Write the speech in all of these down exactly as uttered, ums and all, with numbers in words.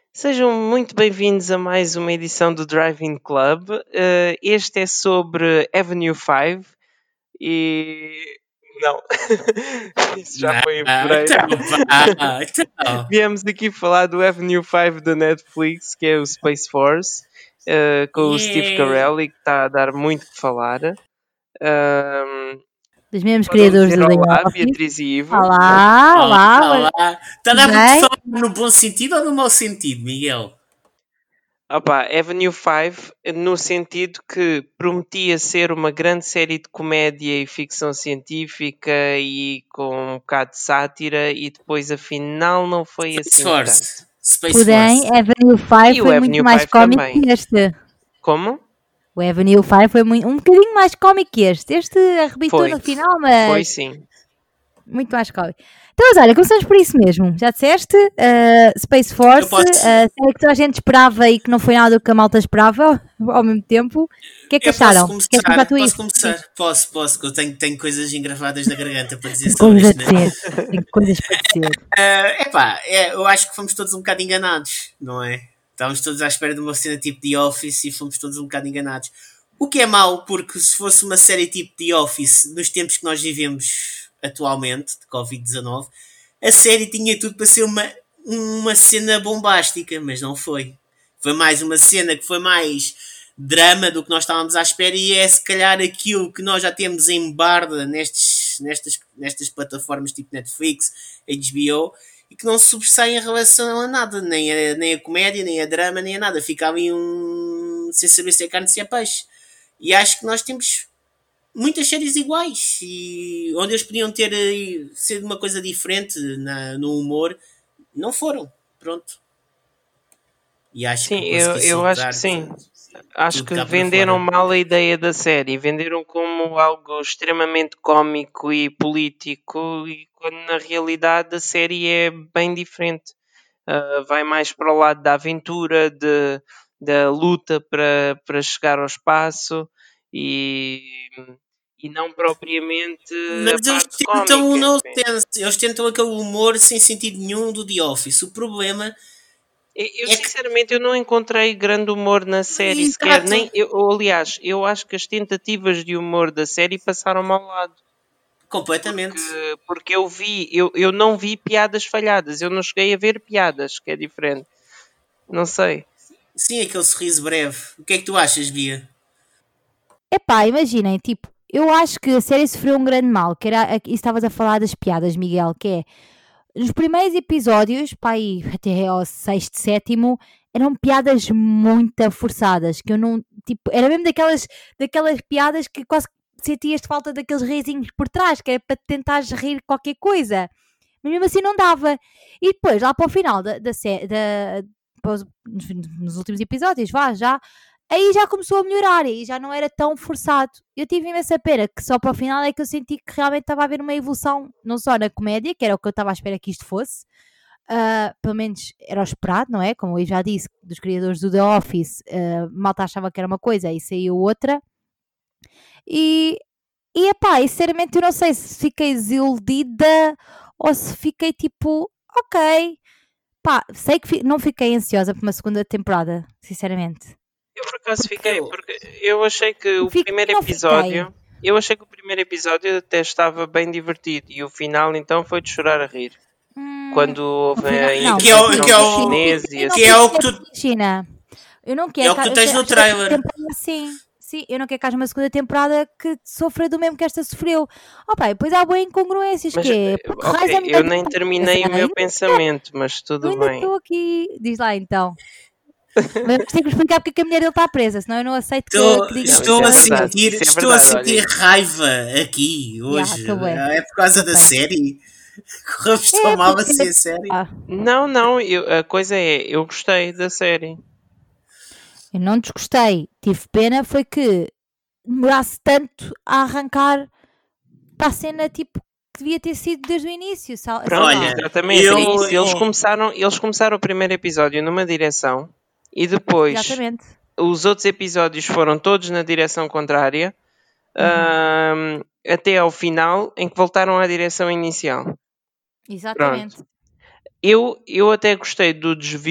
Sejam muito bem-vindos a mais uma edição do Drive-In Club. Uh, este é sobre Avenue cinco e... Não, isso já foi em Ah, fevereiro. então, pá, então. Viemos aqui falar do Avenue cinco da Netflix, que é o Space Force, uh, com o Steve Yeah. Carell, que está a dar muito que falar. Um, Dos mesmos podem criadores dizer do The olá, Office. Beatriz e Ivo. Olá, olá. Olá. Está a dar Bem? muito só no bom sentido ou no mau sentido, Miguel? Opa, Avenue cinco, no sentido que prometia ser uma grande série de comédia e ficção científica e com um bocado de sátira, e depois afinal não foi Space assim Force. tanto. Space Porém, Force. Avenue E cinco o foi Avenue muito mais cinco cómico também. que este. Como? O Avenue cinco foi muito, um bocadinho mais cómico que este. Este arrebitou Foi. no final, mas Foi sim. muito mais cómico. Então, mas olha, começamos por isso mesmo. Já disseste? Uh, Space Force, Eu posso- uh, série que toda a gente esperava e que não foi nada do que a malta esperava ao mesmo tempo. O que é que Eu acharam? posso Queres começar? começar tu Posso isso? começar? Posso, posso, que eu tenho, tenho coisas engravadas na garganta para dizer Tem sobre coisas a isto. Né? dizer. Tem coisas para dizer. Uh, epá, é, eu acho que fomos todos um bocado enganados, não é? Estávamos todos à espera de uma cena tipo The Office e fomos todos um bocado enganados. O que é mau, porque se fosse uma série tipo The Office, nos tempos que nós vivemos atualmente, de covid dezanove, a série tinha tudo para ser uma, uma cena bombástica, mas não foi. Foi mais uma cena que foi mais drama do que nós estávamos à espera, e é se calhar aquilo que nós já temos em barda nestes, nestas, nestas plataformas tipo Netflix, H B O, e que não sobressai em relação a nada, nem a, nem a comédia, nem a drama, nem a nada. Ficava em um... sem saber se é carne, se é peixe. E acho que nós temos muitas séries iguais, e onde eles podiam ter sido uma coisa diferente na, no humor, não foram. Pronto. E acho Sim, que eu, consegui eu acho soltar que sim. tudo Acho que cá para venderam fora. mal a ideia da série. Venderam como algo extremamente cómico e político, e quando na realidade a série é bem diferente. Uh, vai mais para o lado da aventura, de, da luta para, para chegar ao espaço, e, e não propriamente Mas a eles parte tentam cómica. não sense, eles tentam aquele humor sem sentido nenhum do The Office. O problema Eu, eu, é que sinceramente eu não encontrei grande humor na série sequer. Nem, eu, aliás, eu acho que as tentativas de humor da série passaram-me ao lado. completamente. Porque, porque eu vi, eu, eu não vi piadas falhadas. Eu não cheguei a ver piadas, que é diferente. Não sei. Sim, aquele sorriso breve. O que é que tu achas, Bia? Epá, imaginem, tipo, eu acho que a série sofreu um grande mal, que era, e estavas a falar das piadas, Miguel, que é, nos primeiros episódios, pá, aí, até ao sexto, sétimo, eram piadas muito forçadas, que eu não, tipo, era mesmo daquelas, daquelas piadas que quase sentias falta daqueles risinhos por trás, que era para tentares rir qualquer coisa, mas mesmo assim não dava. E depois, lá para o final da, da, sé- da, para os- nos, nos últimos episódios, vá, já, aí já começou a melhorar e já não era tão forçado. Eu tive imensa pena que só para o final é que eu senti que realmente estava a haver uma evolução, não só na comédia, que era o que eu estava à espera que isto fosse, ah, pelo menos era o esperado, não é? Como eu já disse, dos criadores do The Office, ah, malta achava que era uma coisa e saiu outra. E, e epá, e sinceramente eu não sei se fiquei desiludida ou se fiquei tipo, ok. Pá, sei que fi- não fiquei ansiosa por uma segunda temporada, sinceramente. Eu por acaso Porque fiquei, eu- porque eu achei que o Fiquei- primeiro não fiquei. episódio. Eu achei que o primeiro episódio até estava bem divertido, e o final então foi de chorar a rir. Hum, Quando houve no final- a não, Que é o- intervenção que é dos o- chineses e eu não assim. que é o que quero tu- China. Eu não quero É o que tu eu tens sei- no acho que esta trailer. temporada, sim, sim, eu não quero que haja uma segunda temporada que sofra do mesmo que esta sofreu. Oh, pá, depois há boas incongruências, Mas, que é, eh, porque raios é ok, muita eu nem temporada, terminei o ainda meu não- pensamento, mas Eu tudo ainda bem. estou aqui. Diz lá então. Mas tenho que explicar porque é que a mulher dele está presa, senão eu não aceito que, Estou, que diga Não, estou isso é a verdade, sentir, isso é estou a verdade, sentir olha. raiva aqui hoje. estou bem. É por causa da Estou bem. série. Corremos É, tão mal porque- assim a série. Ah, Não, não, eu- a coisa é, eu gostei da série. eu não desgostei. Tive pena foi que demorasse tanto a arrancar para a cena tipo que devia ter sido desde o início. Sei Pronto, Olha, exatamente, eu- é isso. Eles Oh, começaram, eles começaram o primeiro episódio numa direção e depois exatamente. os outros episódios foram todos na direção contrária, Uhum. ahm, até ao final, em que voltaram à direção inicial. Exatamente. Eu, eu até gostei do desvio,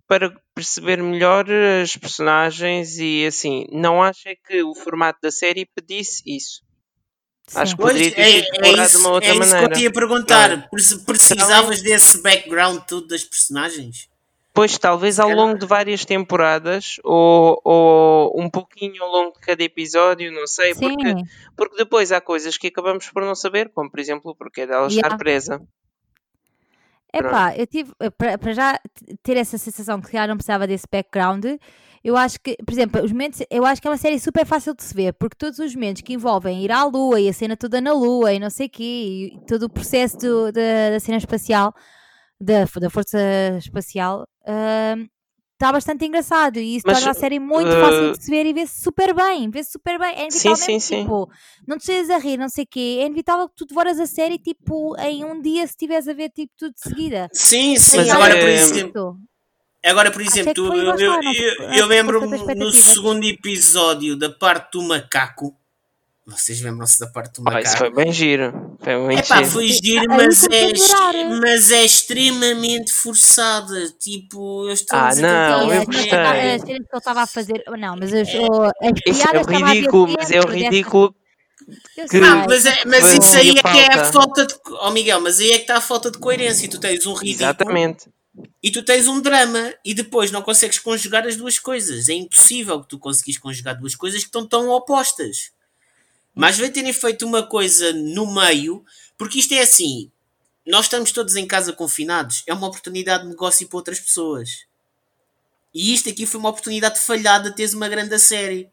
para perceber melhor as personagens e assim. Não acho é que o formato da série pedisse isso. Acho Sim. que poderia Pois, ter é, sido é explorado de isso, uma outra é isso que eu maneira. te ia Não é? perguntar. Preci- Talvez, Precisavas desse background todo das personagens? pois talvez Se ao calhar. longo de várias temporadas ou, ou um pouquinho ao longo de cada episódio, não sei, porque, Sim. porque depois há coisas que acabamos por não saber, como por exemplo o porquê dela estar Yeah. presa. Pronto. Epá, eu tive, eh, para para já t- ter essa sensação que já não precisava desse background, eu acho que, por exemplo, os momentos, eu acho que é uma série super fácil de se ver, porque todos os momentos que envolvem ir à Lua e a cena toda na Lua e não sei o quê, e todo o processo do- da, da cena espacial, da, da força espacial, está bastante engraçado e isso Mas, torna a série muito fácil uh, de se ver e vê-se super bem, vê-se super bem. É sim, inevitável sim, mesmo, sim. tipo, não te estejas a rir, não sei o quê, é inevitável que tu devoras a série, tipo, em um dia se estiveres a ver, tipo, tudo de seguida. Sim, Mas sim. Mas acho Agora, que por foi é, exemplo, isso. agora, por Acho exemplo é que tu- foi, lá eu, eu, está, não se, eu, não eu se pôs tantas lembro-me no expectativas. segundo episódio da parte do macaco. Vocês lembram-se da parte do oh, isso foi macaco? bem giro. Foi muito Epá, giro. foi Sim, giro, aí mas comecei é, a melhorar. mas é extremamente forçada. Tipo, eu estou a Ah, dizer que aquilo não, Sim, eu as, não cenas que eu ta- é. as gostei. cenas que ele estava a fazer, não, mas as, o- as Isso é piadas o estava a ver ridículo, mas é o sempre dessas. ridículo Eu que Não, sei, mas, mas é, mas isso tipo, aí fazia é que é a falta. falta de. Oh Miguel, mas aí é que está a falta de coerência. Tu tens um ridículo Exatamente. e tu tens um drama e depois não consegues conjugar as duas coisas. É impossível que tu conseguis conjugar duas coisas que estão tão opostas. Mas vai terem feito uma coisa no meio, porque isto é assim. Nós estamos todos em casa confinados. É uma oportunidade de negócio para outras pessoas. E isto aqui foi uma oportunidade falhada de teres uma grande série.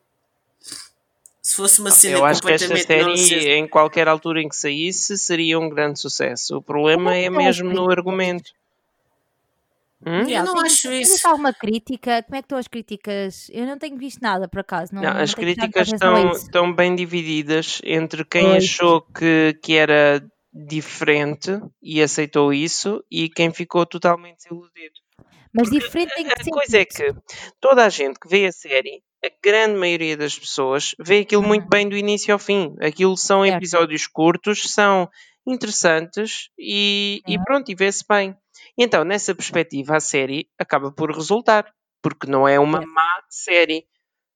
Se fosse uma cena Eu acho que esta completamente não ser. série, em qualquer altura em que saísse, seria um grande sucesso. O problema como é que é estão as mesmo no críticas? argumento. Hum? Eu Miguel, não tens visto, acho tens visto isso. alguma crítica? Como é que estão as críticas? Eu não tenho visto nada, por acaso, Não, não, as não tenho prestado muita críticas atenção a estão, isso. estão bem divididas entre quem Pois. achou que, que era diferente e aceitou isso e quem ficou totalmente desiludido. Mas Porque diferente em a, que a coisa é sentido? que toda a gente que vê a série, a grande maioria das pessoas, vê aquilo muito Uhum, bem do início ao fim. Aquilo são certo. episódios curtos, são interessantes e, e Sim. pronto, e vê-se bem. Então, nessa perspectiva, a série acaba por resultar, porque não é uma Certo. má série.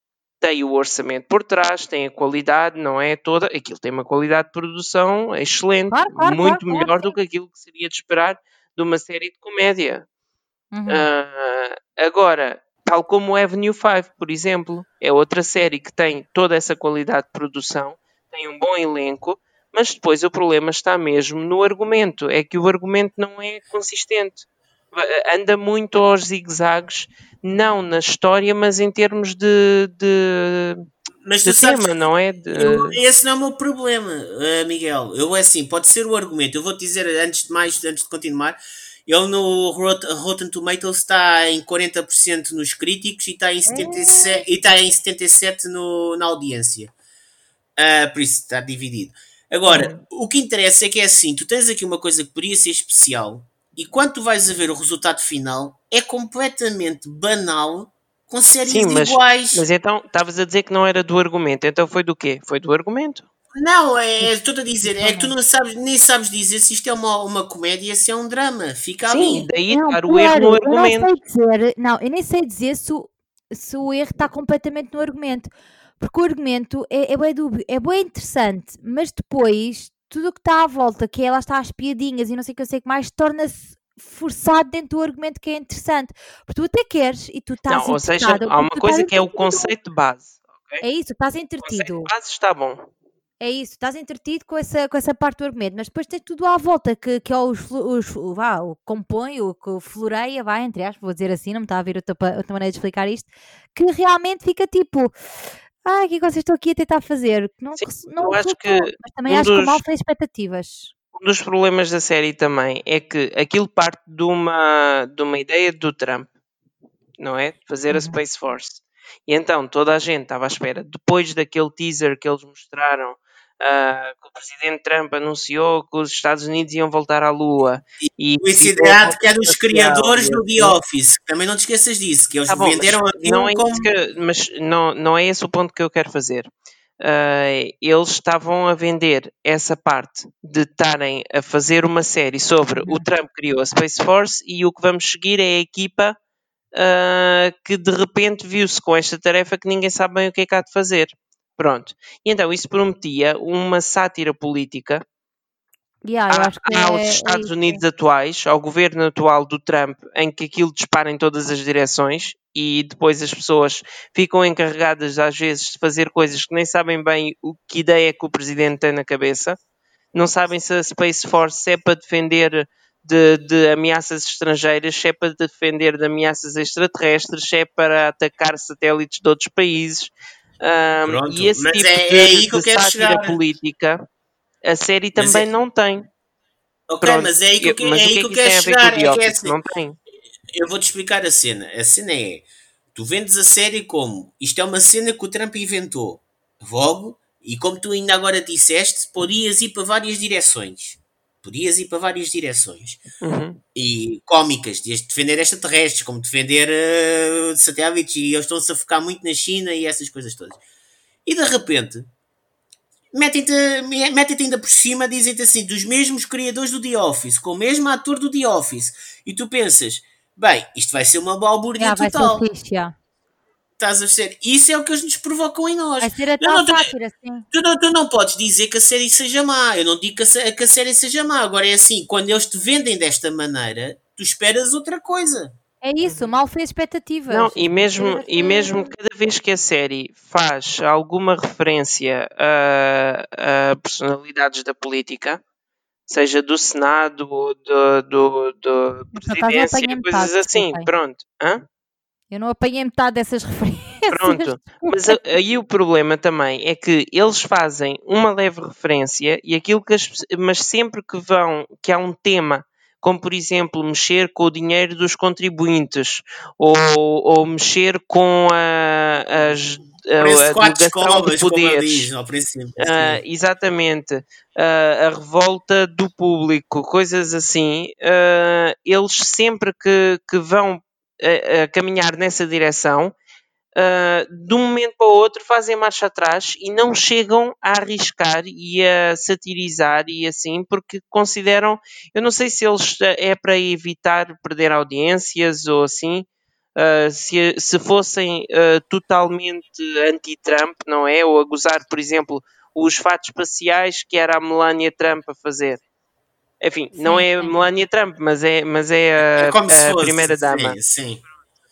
Tem o orçamento por trás, tem a qualidade, não é toda. Aquilo tem uma qualidade de produção excelente, Claro, claro, claro, muito claro, melhor do sim. que aquilo que seria de esperar de uma série de comédia. Uhum. Ah, agora, tal como o Avenue cinco, por exemplo, é outra série que tem toda essa qualidade de produção, tem um bom elenco, mas depois o problema está mesmo no argumento. É que o argumento não é consistente. Va- Anda muito aos zigue-zagues, não na história, mas em termos de, de, Mas de tu sabes tema, que não é? eu, De- esse não é o meu problema, eh, Miguel. Eu é assim, pode ser o argumento. Eu vou-te dizer antes de mais, antes de continuar, ele no Rot- Rotten Tomatoes está em quarenta por cento nos críticos e está em setenta e sete por cento, e está em setenta e sete por cento no, na audiência. Ah, por isso está dividido. Agora, Hum. o que interessa é que é assim, tu tens aqui uma coisa que poderia ser especial e quando tu vais a ver o resultado final é completamente banal com séries Sim, mas, iguais. mas então estavas a dizer que não era do argumento. Então foi do quê? Foi do argumento. Não, é, estou-te a dizer, é que tu Principalmente. não sabes, nem sabes dizer se isto é uma, uma comédia, se é um drama. Fica Sim, ali. daí Não, estar o erro pior, no eu não argumento. sei dizer, não, eu nem sei dizer se, o- se o erro está completamente no argumento, porque o argumento é, é bem dúbio, é bem interessante, mas depois tudo o que está à volta, que é lá está as piadinhas e não sei o que eu sei o que mais, torna-se forçado dentro do argumento que é interessante, porque tu até queres e tu estás Não, ou seja, interessado, há uma porque tu coisa estás que é o entretido. conceito de base. Ok? É isso, estás O conceito entretido. de base está bom. É isso, estás entretido com essa, com essa parte do argumento, mas depois tens tudo à volta que, que é os, flu- os, o, vá, o que compõe, o que floreia, vai, entre aspas, vou dizer assim, não me está a vir outra, pa- outra maneira de explicar isto, que realmente fica tipo, ah, o que é que vocês estão aqui a tentar fazer? Que Não, Sim, res- não eu acho resultou, que mas também um acho que o dos, mal foi expectativas. um dos problemas da série também é que aquilo parte de uma, de uma ideia do Trump, não é? De fazer a Uhum. Space Force. E então toda a gente estava à espera, depois daquele teaser que eles mostraram, ah, que o presidente Trump anunciou que os Estados Unidos iam voltar à Lua e, e com a Considerado volta que é dos espacial criadores e do The assim. Office. Também não te esqueças disso, que eles Tá bom, mas venderam não aquilo é como. isso que, mas não, não é esse o ponto que eu quero fazer. Ah, eles estavam a vender essa parte de estarem a fazer uma série sobre o Uhum. Trump criou a Space Force e o que vamos seguir é a equipa uh, que de repente viu-se com esta tarefa que ninguém sabe bem o que é que há de fazer. Pronto. E então isso prometia uma sátira política Yeah, eu Há, acho que há aos é, é Estados isso. Unidos atuais, ao governo atual do Trump, em que aquilo dispara em todas as direções e depois as pessoas ficam encarregadas às vezes de fazer coisas que nem sabem bem o que ideia é que o presidente tem na cabeça, não sabem se a Space Force é para defender de, de ameaças estrangeiras, se é para defender de ameaças extraterrestres, se é para atacar satélites de outros países. Um, Pronto, e esse mas tipo é, é de, aí que eu de quero sátira chegar. política a série Mas também é, não tem. ok, Pronto, mas é aí que eu, eu- que- mas é o aí que é que eu que isso quero tem a ver com o chegar. The É que é Office? assim, Não tem. eu vou-te explicar a cena. A cena é, tu vendes a série como, isto é uma cena que o Trump inventou. Logo, e como tu ainda agora disseste, podias ir para várias direções. Podias ir para várias direções. Uhum. E cómicas, desde defender extraterrestres, como defender uh, satélites, e eles estão-se a focar muito na China e essas coisas todas. E de repente, metem-te metem-te ainda por cima, dizem-te assim, dos mesmos criadores do The Office, com o mesmo ator do The Office. E tu pensas, bem, isto vai ser uma balbúrdia Yeah, vai ser total. fixe, yeah. Estás a ver? Isso é o que eles nos provocam em nós. Vai ser a Eu tal não, tu, sátira, sim. tu não, tu não podes dizer que a série seja má. Eu não digo que a, que a série seja má. Agora é assim, quando eles te vendem desta maneira, tu esperas outra coisa. É isso, mal fez expectativas. Não, As e mesmo, expectativas é e que- mesmo cada vez que a série faz alguma referência a, a personalidades da política, seja do Senado ou do, do, do Eu, por acaso, não presidência, apanhei metade, coisas assim, desculpem. pronto. Hã? Eu não apanhei metade dessas referências. Pronto, mas a- aí o problema também é que eles fazem uma leve referência e aquilo que as, pe- mas sempre que vão, que há um tema, como por exemplo mexer com o dinheiro dos contribuintes ou, ou mexer com a, as- Preço a, de a quatro delegação de escovas, como ele poderes, diz ao princípio. ah, Sim. exatamente, ah, a revolta do público, coisas assim, ah, eles sempre que, que vão a- a caminhar nessa direção Uh, de um momento para o outro fazem marcha atrás e não chegam a arriscar e a satirizar e assim, porque consideram, eu não sei se eles é para evitar perder audiências ou assim, uh, se, se fossem uh, totalmente anti-Trump, não é? Ou a gozar, por exemplo, os fatos espaciais que era a Melania Trump a fazer. Enfim, não Sim, é a sim. Melania Trump, mas é, mas é É como se a, a fosse. primeira-dama. Sim, sim.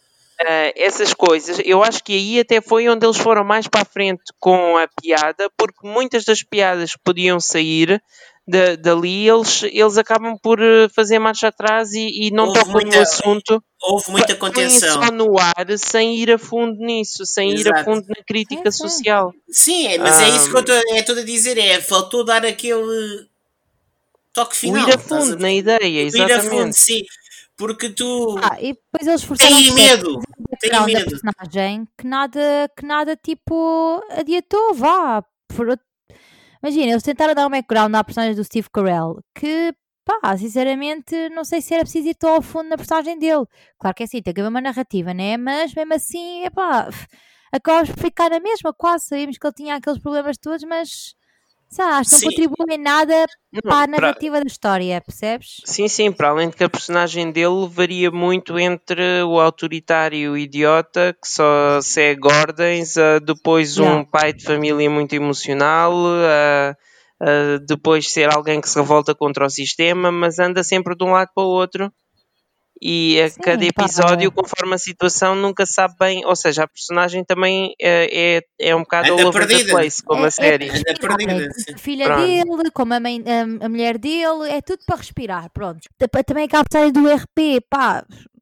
Uh, essas coisas, eu acho que aí até foi onde eles foram mais para a frente com a piada, porque muitas das piadas que podiam sair de, dali, eles, eles acabam por uh, fazer marcha atrás e, e não Houve tocam no muita, assunto, houve muita põem contenção. só no ar sem ir a fundo nisso, sem ir a Exato. fundo na crítica Sim, sim. social. Sim, é, mas é isso que eu Um, estou é todo a dizer. É, faltou dar aquele toque o final. ir a Estás a fundo na ver? ideia, O ir a fundo, exatamente. sim. Porque tu Ah, e depois eles forçaram tens medo. um Tens background da medo. personagem que nada, que nada tipo adiantou, vá. Por outro- Imagina, eles tentaram dar um background à personagem do Steve Carell que, pá, sinceramente, não sei se era preciso ir tão ao fundo na personagem dele. Claro que é assim, tem que haver uma narrativa, né? Mas mesmo assim, é pá, acabamos por ficar na mesma, quase. Sabíamos que ele tinha aqueles problemas todos, mas, sabe, acho que não Sim. contribui em nada Não, para a para- narrativa da história, percebes? Sim, sim, para além de que a personagem dele varia muito entre o autoritário idiota que só segue ordens, a depois Yeah. um pai de família muito emocional, a, a depois ser alguém que se revolta contra o sistema, mas anda sempre de um lado para o outro. E a Sim, cada pá, episódio, conforme a situação, nunca sabe bem. Ou seja, a personagem também é, é, é um bocado all Anda over the perdida. place, como é, a é série. para Anda respirar, perdida. é Sim. tanto a filha Pronto. dele, como a, mãe, a, a mulher dele, é tudo para respirar, pronto. Ta- Também aquela personagem do R P, pá,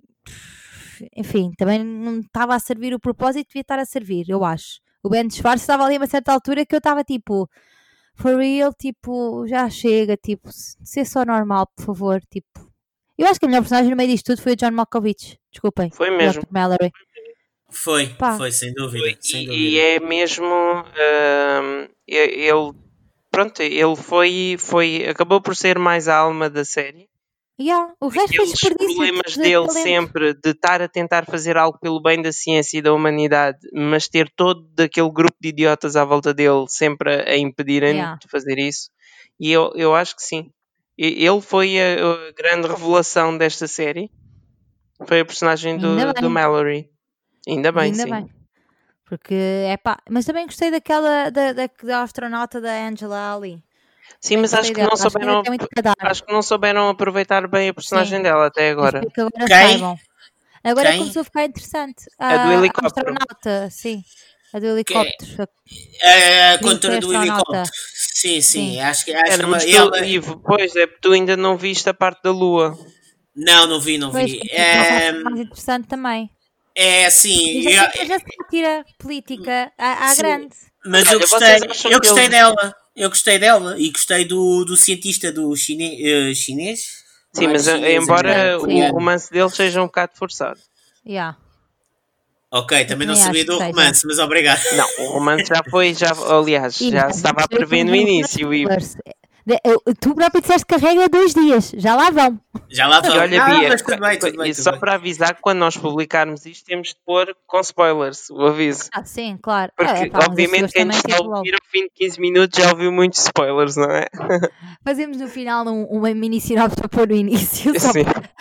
enfim, também não estava a servir o propósito, devia estar a servir, eu acho. O Ben Schwartz estava ali a uma certa altura que eu estava tipo, for real, tipo, já chega, tipo, ser só normal, por favor, tipo. Eu acho que a melhor personagem no meio disto tudo foi o John Malkovich, desculpem, Foi o mesmo. doutor Mallory. Foi, Pá. foi, sem dúvida. Sem E, dúvida. e é mesmo. hum, e- ele. Pronto, ele foi, foi. Acabou por ser mais a alma da série. Yeah, o resto foi Aqueles desperdício problemas de dele talento. sempre de estar a tentar fazer algo pelo bem da ciência e da humanidade, mas ter todo aquele grupo de idiotas à volta dele sempre a, a impedirem Yeah. de fazer isso. E eu, eu acho que sim. E- Ele foi a, a grande revelação desta série. Foi a personagem do, Ainda do bem. Mallory. Ainda bem, Ainda sim. bem. Porque, é pá, mas também gostei daquela, da, da, da astronauta da Angela Ali. Sim, Também mas acho gostei que dela. não Acho que ainda souberam, tem muito para dar. acho que não souberam aproveitar bem a personagem Sim. dela até Eu agora. espero que agora Quem? saibam. Agora Quem? começou a ficar interessante. A do A, a helicóptero. astronauta, sim. A do Que helicóptero. é a Queria condutora ser do astronauta. helicóptero. Sim, sim, Sim. acho que acho que Era, é uma, mas é tu, uma- Ivo, pois é, tu ainda não viste a parte da Lua. Não, não vi, não Pois, vi. que começa a É, ficar mais interessante também. é E assim, já eu- tem mais a sátira política à, à sim, grande. mas eu Olha, vocês gostei, acham eu que gostei eles... dela. Eu gostei dela e gostei do, do cientista do chine, eh, chinês. Sim, Não era mas eh, chinês, embora era Sim. o coreano. romance deles seja um bocado forçado. Yeah. Ok, Eu também não também sabia acho que do seja. romance, mas obrigado. Não, o romance já foi, já, aliás, E já já se estava a percebi que prever no não vão início. E, spoilers. De- eu- Tu próprio disseste que carrega dois dias. Já lá vão. Já lá e vamos. olha, Não, Bia, mas tudo bem, qu- tudo bem, e tudo só bem. para avisar que quando nós publicarmos isto, temos de pôr com spoilers o aviso. Ah, sim, claro. Porque, É, pá, mas as obviamente, pessoas quem nos também, está a tipo, logo. ouvir ao fim de quinze minutos já ouviu muitos spoilers, não é? Fazemos no final um- uma mini sinopse para pôr no início, só Sim.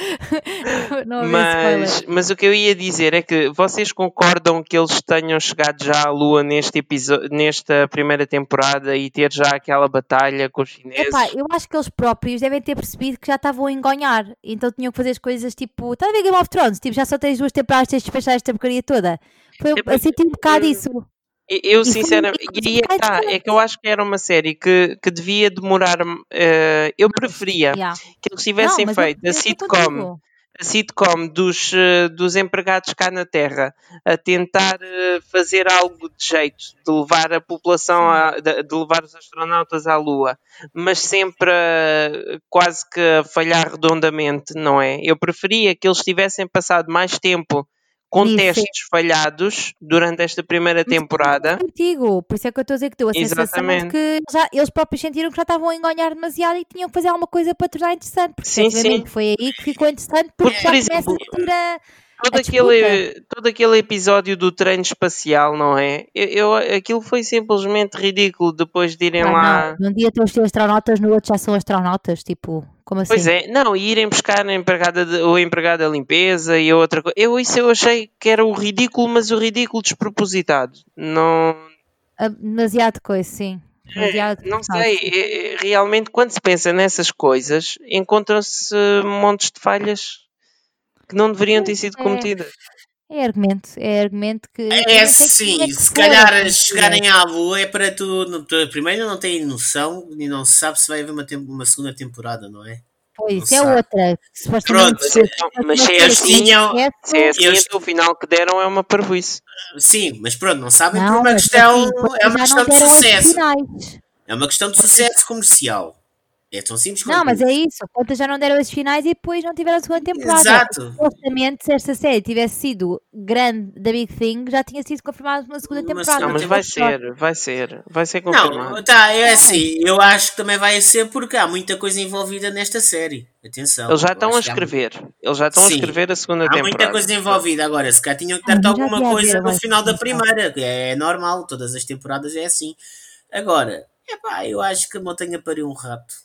para não haver Mas, spoilers. mas o que eu ia dizer é que vocês concordam que eles tenham chegado já à Lua neste episódio, nesta primeira temporada e ter já aquela batalha com os chineses? Epá, eu acho que eles próprios devem ter percebido que já estavam a engonhar. Então tinham que fazer as coisas tipo. Estás a ver Game of Thrones? Tipo, já só tens duas temporadas, tens de despachar esta porcaria toda. Foi, É eu porque, senti um bocado hum, isso. Eu, E foi sinceramente, e e começou a aí é que ficar tá, é que interessante. eu acho que era uma série que, que devia demorar. eh, eu Mas, preferia yeah. que eles Não, tivessem mas eu feito a eu estou sitcom, contigo. a sitcom dos, eh, dos empregados cá na Terra a tentar eh, fazer algo de jeito, de levar a população, Sim. a, de, de levar os astronautas à Lua, mas sempre eh, quase que a falhar redondamente, não é? Eu preferia que eles tivessem passado mais tempo com Nisso, sim. testes falhados durante esta primeira Mas eu concordo temporada. contigo. Por isso é que eu estou a dizer que deu a sensação de Exatamente. que já, eles próprios sentiram que já estavam a engonhar demasiado e tinham que fazer alguma coisa para tornar interessante. Porque Sim, efetivamente sim. foi aí que ficou interessante porque Porque, já por começa exemplo, a ter a, todo a disputa. aquele, todo aquele episódio do treino espacial, não é? Eu, eu- aquilo foi simplesmente ridículo depois de irem Ah, lá. não. Num dia estão a ser astronautas, no outro já são astronautas. Tipo, como assim? Pois é, não, e irem buscar a empregada de, o empregado da limpeza e a outra coisa. Eu, isso eu achei que era o ridículo, mas o ridículo despropositado. Não, Ah, demasiado coisa, sim. Demasiado não forçado, sei, sim. é- é- realmente quando se pensa nessas coisas, encontram-se montes de falhas que não deveriam ter Pois sido é, cometidas. é argumento. É argumento que eu É nem sei quem é sim, que se for calhar a chegarem à Lua é para tu, não- tu. Primeiro não têm noção e não se sabe se vai haver uma, tem- uma segunda temporada, não é? Não Pois, se é sabe. outra. que Pronto, Supostamente Mas se fosse então, fosse mas uma se é série eles que nem tinham. sucesso, Se é assim, Eles, então o final que deram é uma parvoíce. sim, mas pronto, não sabem por não, uma mas questão. assim, depois É uma já não questão de deram os sucesso. finais. É uma questão de Depois- sucesso comercial. É tão simples Não, quanto mas isso. é isso. Contas já não deram os finais e depois não tiveram a segunda temporada. Exato. Supostamente, se esta série tivesse sido grande da Big Thing, já tinha sido confirmada uma segunda Uma temporada. Não, segunda mas Tem vai uma ser, vai ser, vai ser Não, confirmado. tá, é Não, assim, eu acho que também vai ser porque há muita coisa envolvida nesta série. Atenção. Eles já eu estão a acho que há- escrever, eles já estão a Sim, escrever a segunda há muita temporada. coisa envolvida. Agora, se cá tinham que Ah, dar mas já alguma devia coisa haver no agora final da sim, primeira, que é normal, todas as temporadas é assim. Agora, epá, eu acho que a montanha pariu um rato.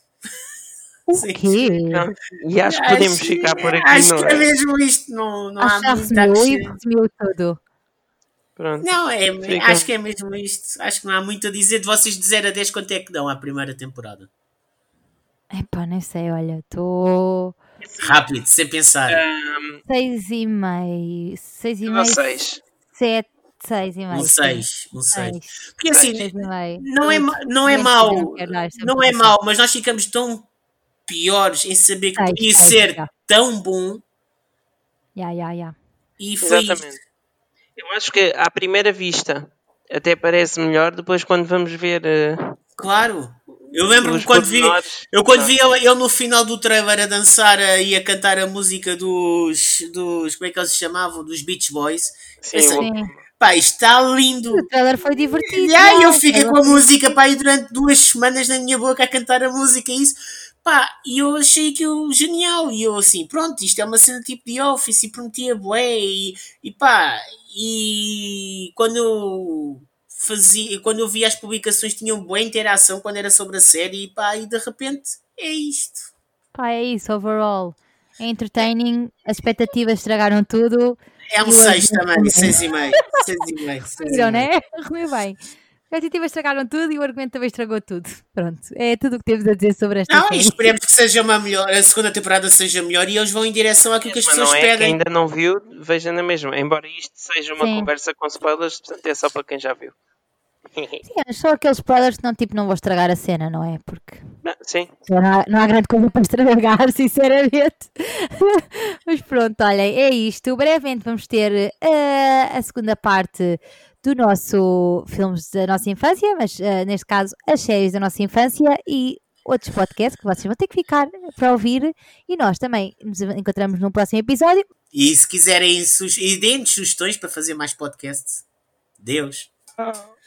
O Sim. quê? Pronto. E acho que podemos ficar por aqui, acho não que é é? mesmo isto, não, não há Acho que já muito a resumiu e acrescentar. resumiu tudo. Pronto. Não, é, Fica- acho que é mesmo isto. Acho que não há muito a dizer de vocês de zero a dez quanto é que dão à primeira temporada. Epá, nem sei, olha, estou Rápido, sem pensar. Ahm, seis e meio, seis e eu dou meio, seis. sete, seis e meio, Um sim. seis, um seis. Seis, Porque assim, seis e meio. não é, Eu ma- não é nem mau, não quero dar esta não é pontuação. mau, mas nós ficamos tão piores em saber que Seis, podia seis, ser já. tão bom Ya, ya, ya. e foi isto. Exatamente. Eu acho que à primeira vista até parece melhor, depois quando vamos ver eh, Claro. Eu lembro-me os quando vi, pormenores. eu quando Não. vi ele, ele no final do trailer a dançar a- e a cantar a música dos, dos, como é que eles se chamavam? Dos Beach Boys. Sim, Pensei, o- Sim. pá, isto está lindo. O trailer foi divertido. E aí já, eu o fiquei trailer com a foi música, pá, e durante duas semanas na minha boca a cantar a música e isso. Pá, e eu achei aquilo genial. E eu assim, pronto, isto é uma cena tipo de Office e prometia bué. E, e pá, e quando eu fazia, quando eu via as publicações tinham boa interação quando era sobre a série. E pá, e de repente é isto. Pá, é isso, overall. é entertaining, as expectativas estragaram tudo. É um E o seis argumento também, também. seis e meio. seis e meio, seis e Viram, meio. né? Arrumei bem. As expectativas estragaram tudo e o argumento também estragou tudo. Pronto, é tudo o que temos a dizer sobre esta Não, e série. esperemos que seja uma melhor, a segunda temporada seja melhor e eles vão em direção àquilo que as Mas pessoas não é, quem pedem. ainda não viu, veja na mesma. Embora isto seja uma Sim. conversa com spoilers, portanto é só para quem já viu. Sim, mas só aqueles spoilers que não, tipo, não vou estragar a cena, não é? Porque Não, sim, não há, não há grande coisa para estragar, sinceramente. Mas pronto, olhem, é isto. Brevemente vamos ter uh, a segunda parte do nosso filmes da nossa infância, mas uh, neste caso as séries da nossa infância e outros podcasts que vocês vão ter que ficar para ouvir e nós também nos encontramos no próximo episódio. E se quiserem, su- e deem-nos sugestões para fazer mais podcasts. Deus.